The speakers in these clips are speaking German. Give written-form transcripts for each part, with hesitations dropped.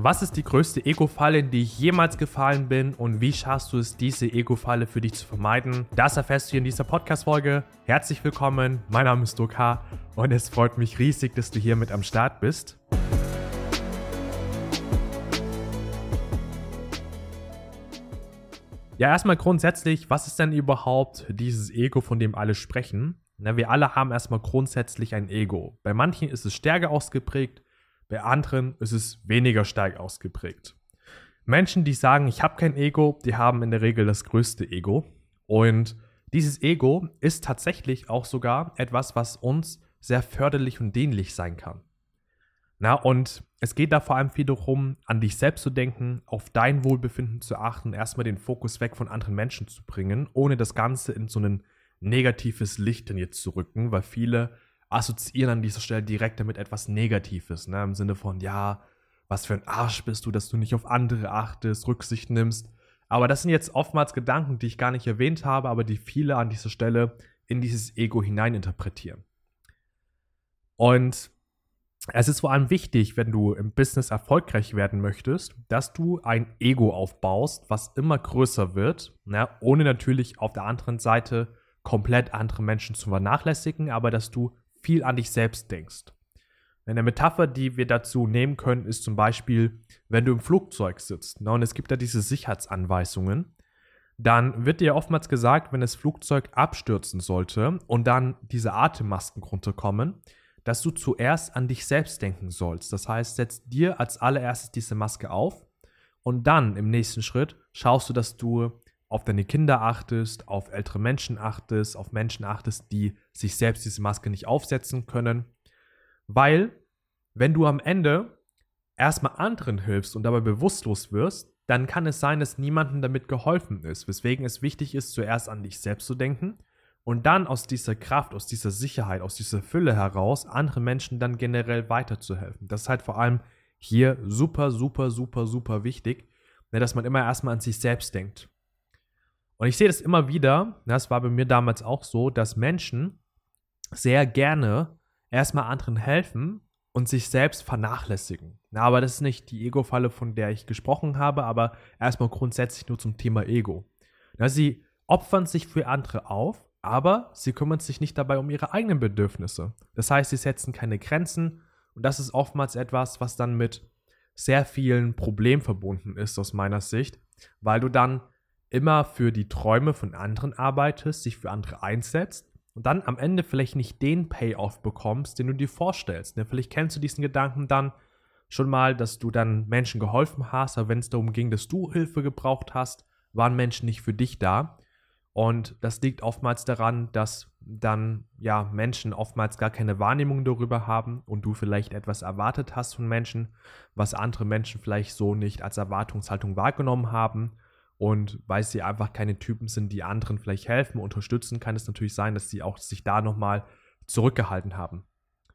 Was ist die größte Ego-Falle, in die ich jemals gefallen bin und wie schaffst du es, diese Ego-Falle für dich zu vermeiden? Das erfährst du hier in dieser Podcast-Folge. Herzlich willkommen, mein Name ist Doka und es freut mich riesig, dass du hier mit am Start bist. Ja, erstmal grundsätzlich, was ist denn überhaupt dieses Ego, von dem alle sprechen? Na, wir alle haben erstmal grundsätzlich ein Ego. Bei manchen ist es stärker ausgeprägt, bei anderen ist es weniger stark ausgeprägt. Menschen, die sagen, ich habe kein Ego, die haben in der Regel das größte Ego. Und dieses Ego ist tatsächlich auch sogar etwas, was uns sehr förderlich und dienlich sein kann. Na, und es geht da vor allem viel darum, an dich selbst zu denken, auf dein Wohlbefinden zu achten, erstmal den Fokus weg von anderen Menschen zu bringen, ohne das Ganze in so ein negatives Licht dann jetzt zu rücken, weil viele assoziieren an dieser Stelle direkt damit etwas Negatives, ne? Im Sinne von, ja, was für ein Arsch bist du, dass du nicht auf andere achtest, Rücksicht nimmst. Aber das sind jetzt oftmals Gedanken, die ich gar nicht erwähnt habe, aber die viele an dieser Stelle in dieses Ego hineininterpretieren. Und es ist vor allem wichtig, wenn du im Business erfolgreich werden möchtest, dass du ein Ego aufbaust, was immer größer wird, ne? Ohne natürlich auf der anderen Seite komplett andere Menschen zu vernachlässigen, aber dass du viel an dich selbst denkst. Eine Metapher, die wir dazu nehmen können, ist zum Beispiel, wenn du im Flugzeug sitzt, ne, und es gibt da diese Sicherheitsanweisungen, dann wird dir oftmals gesagt, wenn das Flugzeug abstürzen sollte und dann diese Atemmasken runterkommen, dass du zuerst an dich selbst denken sollst. Das heißt, setz dir als allererstes diese Maske auf und dann im nächsten Schritt schaust du, dass du auf deine Kinder achtest, auf ältere Menschen achtest, auf Menschen achtest, die sich selbst diese Maske nicht aufsetzen können. Weil, wenn du am Ende erstmal anderen hilfst und dabei bewusstlos wirst, dann kann es sein, dass niemandem damit geholfen ist. Weswegen es wichtig ist, zuerst an dich selbst zu denken und dann aus dieser Kraft, aus dieser Sicherheit, aus dieser Fülle heraus anderen Menschen dann generell weiterzuhelfen. Das ist halt vor allem hier super, super, super, super wichtig, dass man immer erstmal an sich selbst denkt. Und ich sehe das immer wieder, das war bei mir damals auch so, dass Menschen sehr gerne erstmal anderen helfen und sich selbst vernachlässigen. Aber das ist nicht die Ego-Falle, von der ich gesprochen habe, aber erstmal grundsätzlich nur zum Thema Ego. Sie opfern sich für andere auf, aber sie kümmern sich nicht dabei um ihre eigenen Bedürfnisse. Das heißt, sie setzen keine Grenzen und das ist oftmals etwas, was dann mit sehr vielen Problemen verbunden ist aus meiner Sicht, weil du dann immer für die Träume von anderen arbeitest, dich für andere einsetzt und dann am Ende vielleicht nicht den Payoff bekommst, den du dir vorstellst. Vielleicht kennst du diesen Gedanken dann schon mal, dass du dann Menschen geholfen hast, aber wenn es darum ging, dass du Hilfe gebraucht hast, waren Menschen nicht für dich da. Und das liegt oftmals daran, dass dann ja Menschen oftmals gar keine Wahrnehmung darüber haben und du vielleicht etwas erwartet hast von Menschen, was andere Menschen vielleicht so nicht als Erwartungshaltung wahrgenommen haben. Und weil sie einfach keine Typen sind, die anderen vielleicht helfen, unterstützen, kann es natürlich sein, dass sie auch sich da nochmal zurückgehalten haben.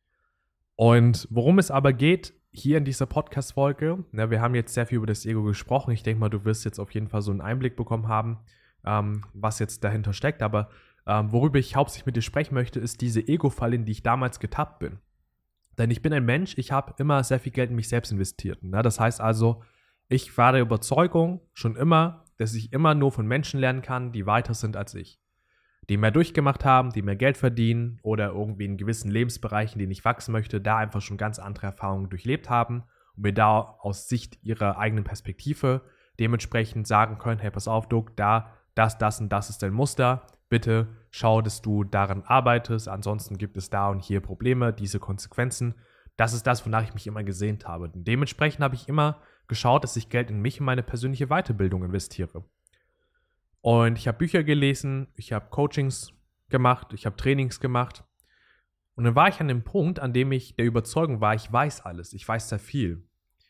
Und worum es aber geht, hier in dieser Podcast-Folge, wir haben jetzt sehr viel über das Ego gesprochen. Ich denke mal, du wirst jetzt auf jeden Fall so einen Einblick bekommen haben, was jetzt dahinter steckt. Aber worüber ich hauptsächlich mit dir sprechen möchte, ist diese Ego-Falle, in die ich damals getappt bin. Denn ich bin ein Mensch, ich habe immer sehr viel Geld in mich selbst investiert. Das heißt also, ich war der Überzeugung schon immer, dass ich immer nur von Menschen lernen kann, die weiter sind als ich. Die mehr durchgemacht haben, die mehr Geld verdienen oder irgendwie in gewissen Lebensbereichen, denen ich wachsen möchte, da einfach schon ganz andere Erfahrungen durchlebt haben und mir da aus Sicht ihrer eigenen Perspektive dementsprechend sagen können, hey, pass auf, Doc, das und das ist dein Muster. Bitte schau, dass du daran arbeitest. Ansonsten gibt es da und hier Probleme, diese Konsequenzen. Das ist das, wonach ich mich immer gesehnt habe. Und dementsprechend habe ich immer geschaut, dass ich Geld in mich und meine persönliche Weiterbildung investiere. Und ich habe Bücher gelesen, ich habe Coachings gemacht, ich habe Trainings gemacht. Und dann war ich an dem Punkt, an dem ich der Überzeugung war, ich weiß alles, ich weiß sehr viel.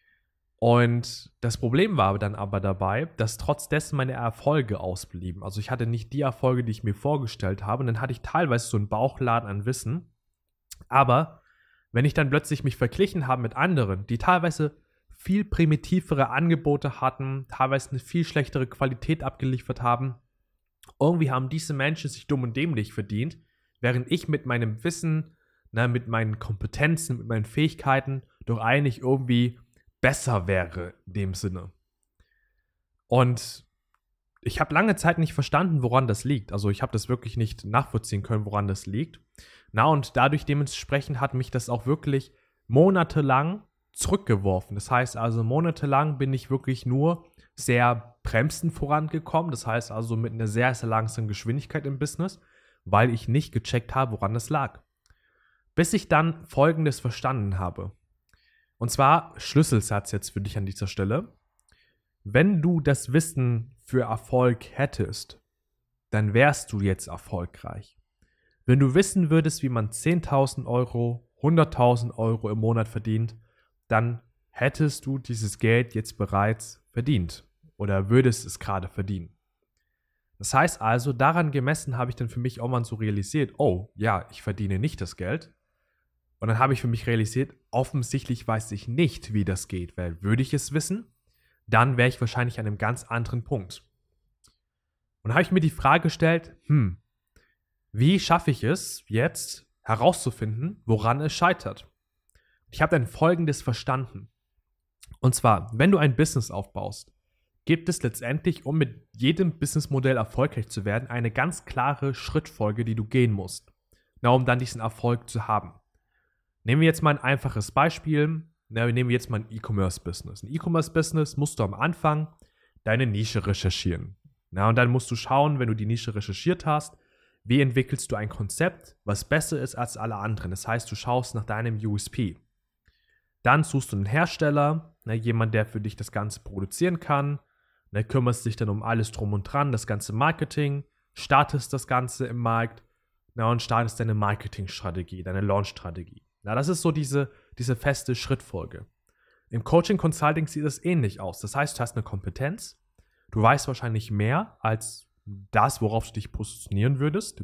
Und das Problem war dann aber dabei, dass trotz dessen meine Erfolge ausblieben. Also ich hatte nicht die Erfolge, die ich mir vorgestellt habe. Und dann hatte ich teilweise so einen Bauchladen an Wissen. Aber wenn ich dann plötzlich mich verglichen habe mit anderen, die teilweise viel primitivere Angebote hatten, teilweise eine viel schlechtere Qualität abgeliefert haben. Irgendwie haben diese Menschen sich dumm und dämlich verdient, während ich mit meinem Wissen, mit meinen Kompetenzen, mit meinen Fähigkeiten doch eigentlich irgendwie besser wäre in dem Sinne. Und ich habe lange Zeit nicht verstanden, woran das liegt. Also ich habe das wirklich nicht nachvollziehen können, woran das liegt. Und dadurch dementsprechend hat mich das auch wirklich monatelang zurückgeworfen. Das heißt also, monatelang bin ich wirklich nur sehr bremsend vorangekommen. Das heißt also mit einer sehr, sehr langsamen Geschwindigkeit im Business, weil ich nicht gecheckt habe, woran das lag. Bis ich dann Folgendes verstanden habe. Und zwar Schlüsselsatz jetzt für dich an dieser Stelle. Wenn du das Wissen für Erfolg hättest, dann wärst du jetzt erfolgreich. Wenn du wissen würdest, wie man 10.000 Euro, 100.000 Euro im Monat verdient, dann hättest du dieses Geld jetzt bereits verdient oder würdest es gerade verdienen. Das heißt also, daran gemessen habe ich dann für mich auch mal so realisiert, oh ja, ich verdiene nicht das Geld. Und dann habe ich für mich realisiert, offensichtlich weiß ich nicht, wie das geht, weil würde ich es wissen, dann wäre ich wahrscheinlich an einem ganz anderen Punkt. Und dann habe ich mir die Frage gestellt, wie schaffe ich es jetzt herauszufinden, woran es scheitert? Ich habe dann Folgendes verstanden. Und zwar, wenn du ein Business aufbaust, gibt es letztendlich, um mit jedem Businessmodell erfolgreich zu werden, eine ganz klare Schrittfolge, die du gehen musst, um dann diesen Erfolg zu haben. Nehmen wir jetzt mal ein einfaches Beispiel. Nehmen wir jetzt mal ein E-Commerce-Business. Ein E-Commerce-Business musst du am Anfang deine Nische recherchieren. Und dann musst du schauen, wenn du die Nische recherchiert hast, wie entwickelst du ein Konzept, was besser ist als alle anderen. Das heißt, du schaust nach deinem USP. Dann suchst du einen Hersteller, jemand, der für dich das Ganze produzieren kann. Kümmerst dich dann um alles drum und dran, das ganze Marketing, startest das Ganze im Markt und startest deine Marketingstrategie, deine Launchstrategie. Das ist so diese feste Schrittfolge. Im Coaching Consulting sieht es ähnlich aus. Das heißt, du hast eine Kompetenz, du weißt wahrscheinlich mehr als das, worauf du dich positionieren würdest.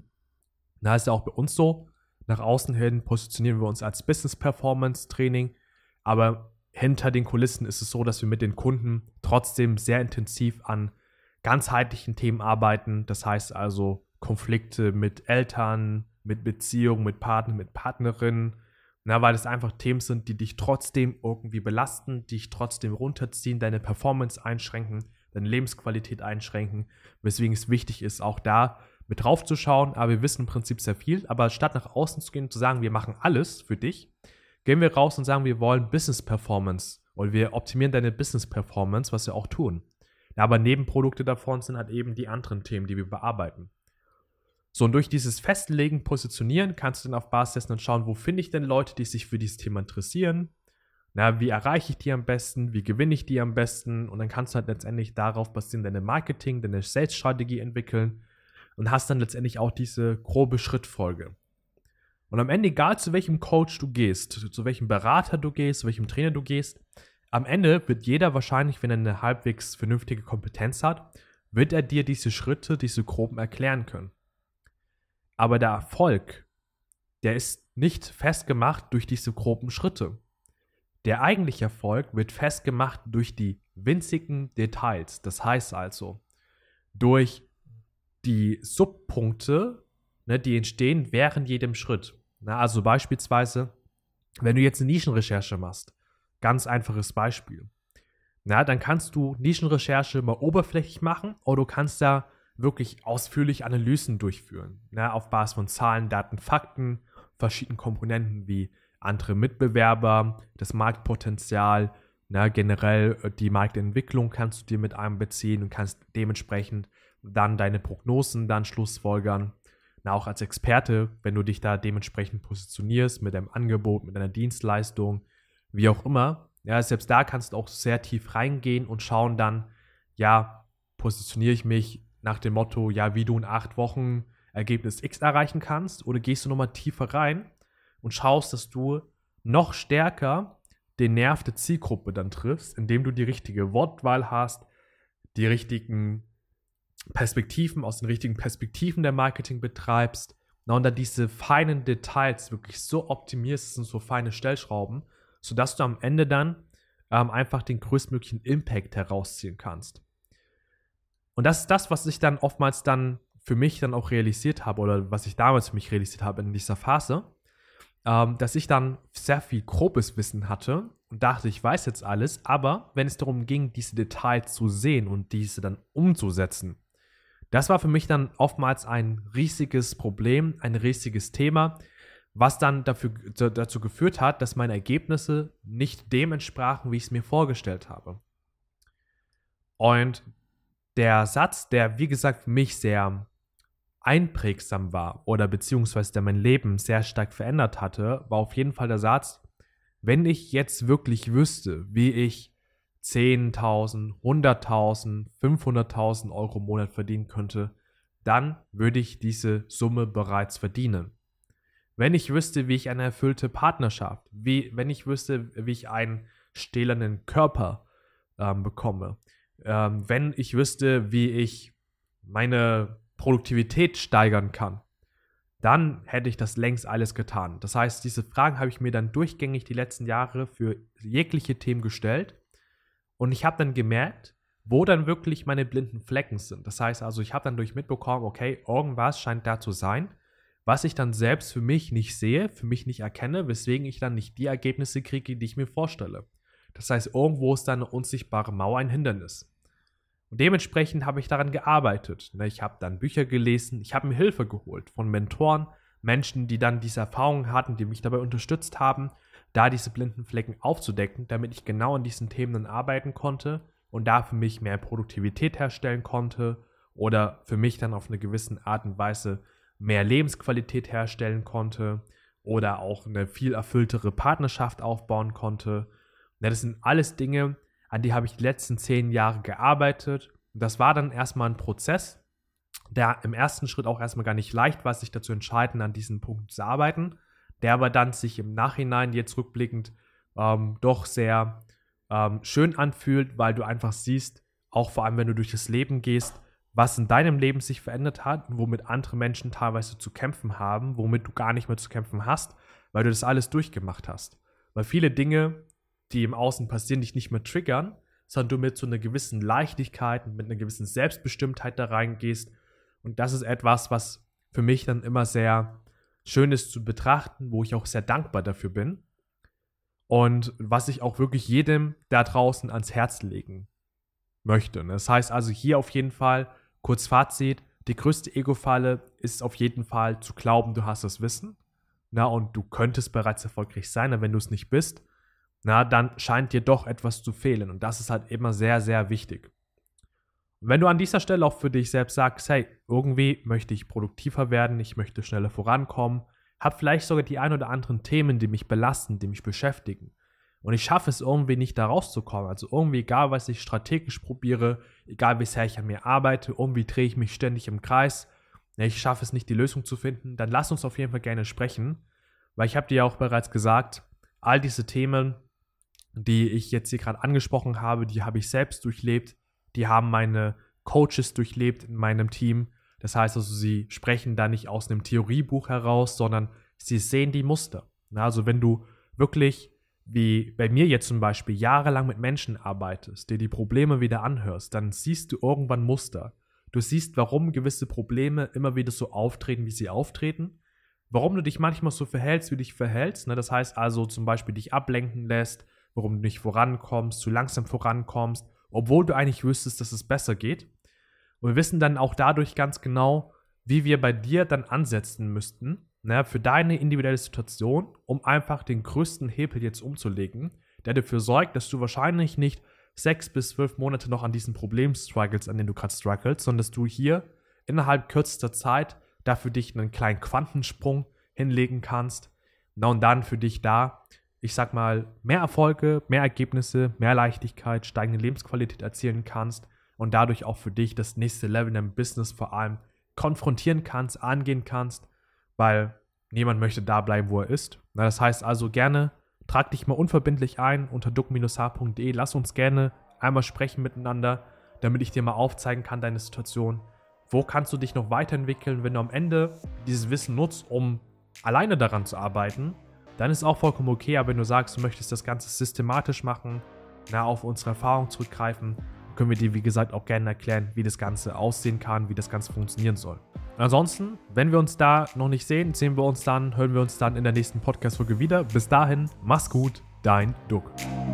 Da ist ja auch bei uns so, nach außen hin positionieren wir uns als Business Performance Training, aber hinter den Kulissen ist es so, dass wir mit den Kunden trotzdem sehr intensiv an ganzheitlichen Themen arbeiten. Das heißt also Konflikte mit Eltern, mit Beziehungen, mit Partnern, mit Partnerinnen, weil das einfach Themen sind, die dich trotzdem irgendwie belasten, die dich trotzdem runterziehen, deine Performance einschränken, deine Lebensqualität einschränken, weswegen es wichtig ist, auch da mit drauf zu schauen. Aber wir wissen im Prinzip sehr viel, aber statt nach außen zu gehen und zu sagen, wir machen alles für dich, gehen wir raus und sagen, wir wollen Business Performance und wir optimieren deine Business Performance, was wir auch tun. Aber Nebenprodukte davon sind halt eben die anderen Themen, die wir bearbeiten. So, und durch dieses Festlegen, Positionieren, kannst du dann auf Basis dessen dann schauen, wo finde ich denn Leute, die sich für dieses Thema interessieren? Wie erreiche ich die am besten? Wie gewinne ich die am besten? Und dann kannst du halt letztendlich darauf basierend deine Marketing, deine Sales-Strategie entwickeln und hast dann letztendlich auch diese grobe Schrittfolge. Und am Ende, egal zu welchem Coach du gehst, zu welchem Berater du gehst, zu welchem Trainer du gehst, am Ende wird jeder wahrscheinlich, wenn er eine halbwegs vernünftige Kompetenz hat, wird er dir diese Schritte, diese groben erklären können. Aber der Erfolg, der ist nicht festgemacht durch diese groben Schritte. Der eigentliche Erfolg wird festgemacht durch die winzigen Details. Das heißt also, durch die Subpunkte, die entstehen während jedem Schritt. Also beispielsweise, wenn du jetzt eine Nischenrecherche machst, ganz einfaches Beispiel, dann kannst du Nischenrecherche mal oberflächlich machen oder du kannst da wirklich ausführlich Analysen durchführen, auf Basis von Zahlen, Daten, Fakten, verschiedenen Komponenten wie andere Mitbewerber, das Marktpotenzial, generell die Marktentwicklung kannst du dir mit einbeziehen und kannst dementsprechend dann deine Prognosen dann schlussfolgern. Auch als Experte, wenn du dich da dementsprechend positionierst mit deinem Angebot, mit deiner Dienstleistung, wie auch immer, selbst da kannst du auch sehr tief reingehen und schauen dann, positioniere ich mich nach dem Motto, wie du in 8 Wochen Ergebnis X erreichen kannst, oder gehst du nochmal tiefer rein und schaust, dass du noch stärker den Nerv der Zielgruppe dann triffst, indem du die richtige Wortwahl hast, die richtigen Perspektiven, aus den richtigen Perspektiven der Marketing betreibst, und dann diese feinen Details wirklich so optimierst, das sind so feine Stellschrauben, sodass du am Ende dann einfach den größtmöglichen Impact herausziehen kannst. Und das ist das, was ich dann oftmals dann für mich dann auch realisiert habe, oder was ich damals für mich realisiert habe in dieser Phase, dass ich dann sehr viel grobes Wissen hatte und dachte, ich weiß jetzt alles, aber wenn es darum ging, diese Details zu sehen und diese dann umzusetzen, das war für mich dann oftmals ein riesiges Problem, ein riesiges Thema, was dann dazu geführt hat, dass meine Ergebnisse nicht dem entsprachen, wie ich es mir vorgestellt habe. Und der Satz, der wie gesagt für mich sehr einprägsam war oder beziehungsweise der mein Leben sehr stark verändert hatte, war auf jeden Fall der Satz: Wenn ich jetzt wirklich wüsste, wie ich 10.000, 100.000, 500.000 Euro im Monat verdienen könnte, dann würde ich diese Summe bereits verdienen. Wenn ich wüsste, wie ich eine erfüllte Partnerschaft, wenn ich wüsste, wie ich einen stählernen Körper bekomme, wenn ich wüsste, wie ich meine Produktivität steigern kann, dann hätte ich das längst alles getan. Das heißt, diese Fragen habe ich mir dann durchgängig die letzten Jahre für jegliche Themen gestellt und ich habe dann gemerkt, wo dann wirklich meine blinden Flecken sind. Das heißt also, ich habe dann mitbekommen, okay, irgendwas scheint da zu sein, was ich dann selbst für mich nicht sehe, für mich nicht erkenne, weswegen ich dann nicht die Ergebnisse kriege, die ich mir vorstelle. Das heißt, irgendwo ist da eine unsichtbare Mauer, ein Hindernis. Und dementsprechend habe ich daran gearbeitet. Ich habe dann Bücher gelesen, ich habe mir Hilfe geholt von Mentoren, Menschen, die dann diese Erfahrungen hatten, die mich dabei unterstützt haben, da diese blinden Flecken aufzudecken, damit ich genau an diesen Themen dann arbeiten konnte und da für mich mehr Produktivität herstellen konnte oder für mich dann auf eine gewisse Art und Weise mehr Lebensqualität herstellen konnte oder auch eine viel erfülltere Partnerschaft aufbauen konnte. Das sind alles Dinge, an die habe ich die letzten 10 Jahre gearbeitet. Und das war dann erstmal ein Prozess, der im ersten Schritt auch erstmal gar nicht leicht war, sich dazu entscheiden, an diesen Punkten zu arbeiten, der aber dann sich im Nachhinein jetzt rückblickend doch sehr schön anfühlt, weil du einfach siehst, auch vor allem, wenn du durch das Leben gehst, was in deinem Leben sich verändert hat und womit andere Menschen teilweise zu kämpfen haben, womit du gar nicht mehr zu kämpfen hast, weil du das alles durchgemacht hast. Weil viele Dinge, die im Außen passieren, dich nicht mehr triggern, sondern du mit so einer gewissen Leichtigkeit und mit einer gewissen Selbstbestimmtheit da reingehst. Und das ist etwas, was für mich dann immer sehr schön ist zu betrachten, wo ich auch sehr dankbar dafür bin und was ich auch wirklich jedem da draußen ans Herz legen möchte. Das heißt also hier auf jeden Fall, kurz Fazit, die größte Ego-Falle ist auf jeden Fall zu glauben, du hast das Wissen, und du könntest bereits erfolgreich sein, aber wenn du es nicht bist, dann scheint dir doch etwas zu fehlen. Und das ist halt immer sehr, sehr wichtig. Und wenn du an dieser Stelle auch für dich selbst sagst, hey, irgendwie möchte ich produktiver werden, ich möchte schneller vorankommen, habe vielleicht sogar die ein oder anderen Themen, die mich belasten, die mich beschäftigen. Und ich schaffe es irgendwie nicht, da rauszukommen. Also irgendwie, egal was ich strategisch probiere, egal wie sehr ich an mir arbeite, irgendwie drehe ich mich ständig im Kreis. Ich schaffe es nicht, die Lösung zu finden. Dann lass uns auf jeden Fall gerne sprechen. Weil ich habe dir ja auch bereits gesagt, all diese Themen, die ich jetzt hier gerade angesprochen habe, die habe ich selbst durchlebt, die haben meine Coaches durchlebt in meinem Team. Das heißt also, sie sprechen da nicht aus einem Theoriebuch heraus, sondern sie sehen die Muster. Also wenn du wirklich, wie bei mir jetzt zum Beispiel, jahrelang mit Menschen arbeitest, dir die Probleme wieder anhörst, dann siehst du irgendwann Muster. Du siehst, warum gewisse Probleme immer wieder so auftreten, wie sie auftreten, warum du dich manchmal so verhältst, wie du dich verhältst. Das heißt also zum Beispiel dich ablenken lässt, warum du nicht vorankommst, zu langsam vorankommst, obwohl du eigentlich wüsstest, dass es besser geht. Und wir wissen dann auch dadurch ganz genau, wie wir bei dir dann ansetzen müssten, für deine individuelle Situation, um einfach den größten Hebel jetzt umzulegen, der dafür sorgt, dass du wahrscheinlich nicht 6 bis 12 Monate noch an diesen Problemen struggles, an denen du gerade struggles, sondern dass du hier innerhalb kürzester Zeit da für dich einen kleinen Quantensprung hinlegen kannst. Und dann für dich da, ich sag mal, mehr Erfolge, mehr Ergebnisse, mehr Leichtigkeit, steigende Lebensqualität erzielen kannst und dadurch auch für dich das nächste Level in deinem Business vor allem konfrontieren kannst, angehen kannst, weil niemand möchte da bleiben, wo er ist. Das heißt also gerne, trag dich mal unverbindlich ein unter duck-h.de, lass uns gerne einmal sprechen miteinander, damit ich dir mal aufzeigen kann, deine Situation. Wo kannst du dich noch weiterentwickeln, wenn du am Ende dieses Wissen nutzt, um alleine daran zu arbeiten, dann ist auch vollkommen okay, aber wenn du sagst, du möchtest das Ganze systematisch machen, auf unsere Erfahrung zurückgreifen, können wir dir, wie gesagt, auch gerne erklären, wie das Ganze aussehen kann, wie das Ganze funktionieren soll. Ansonsten, wenn wir uns da noch nicht sehen, hören wir uns dann in der nächsten Podcast-Folge wieder. Bis dahin, mach's gut. Dein Duck.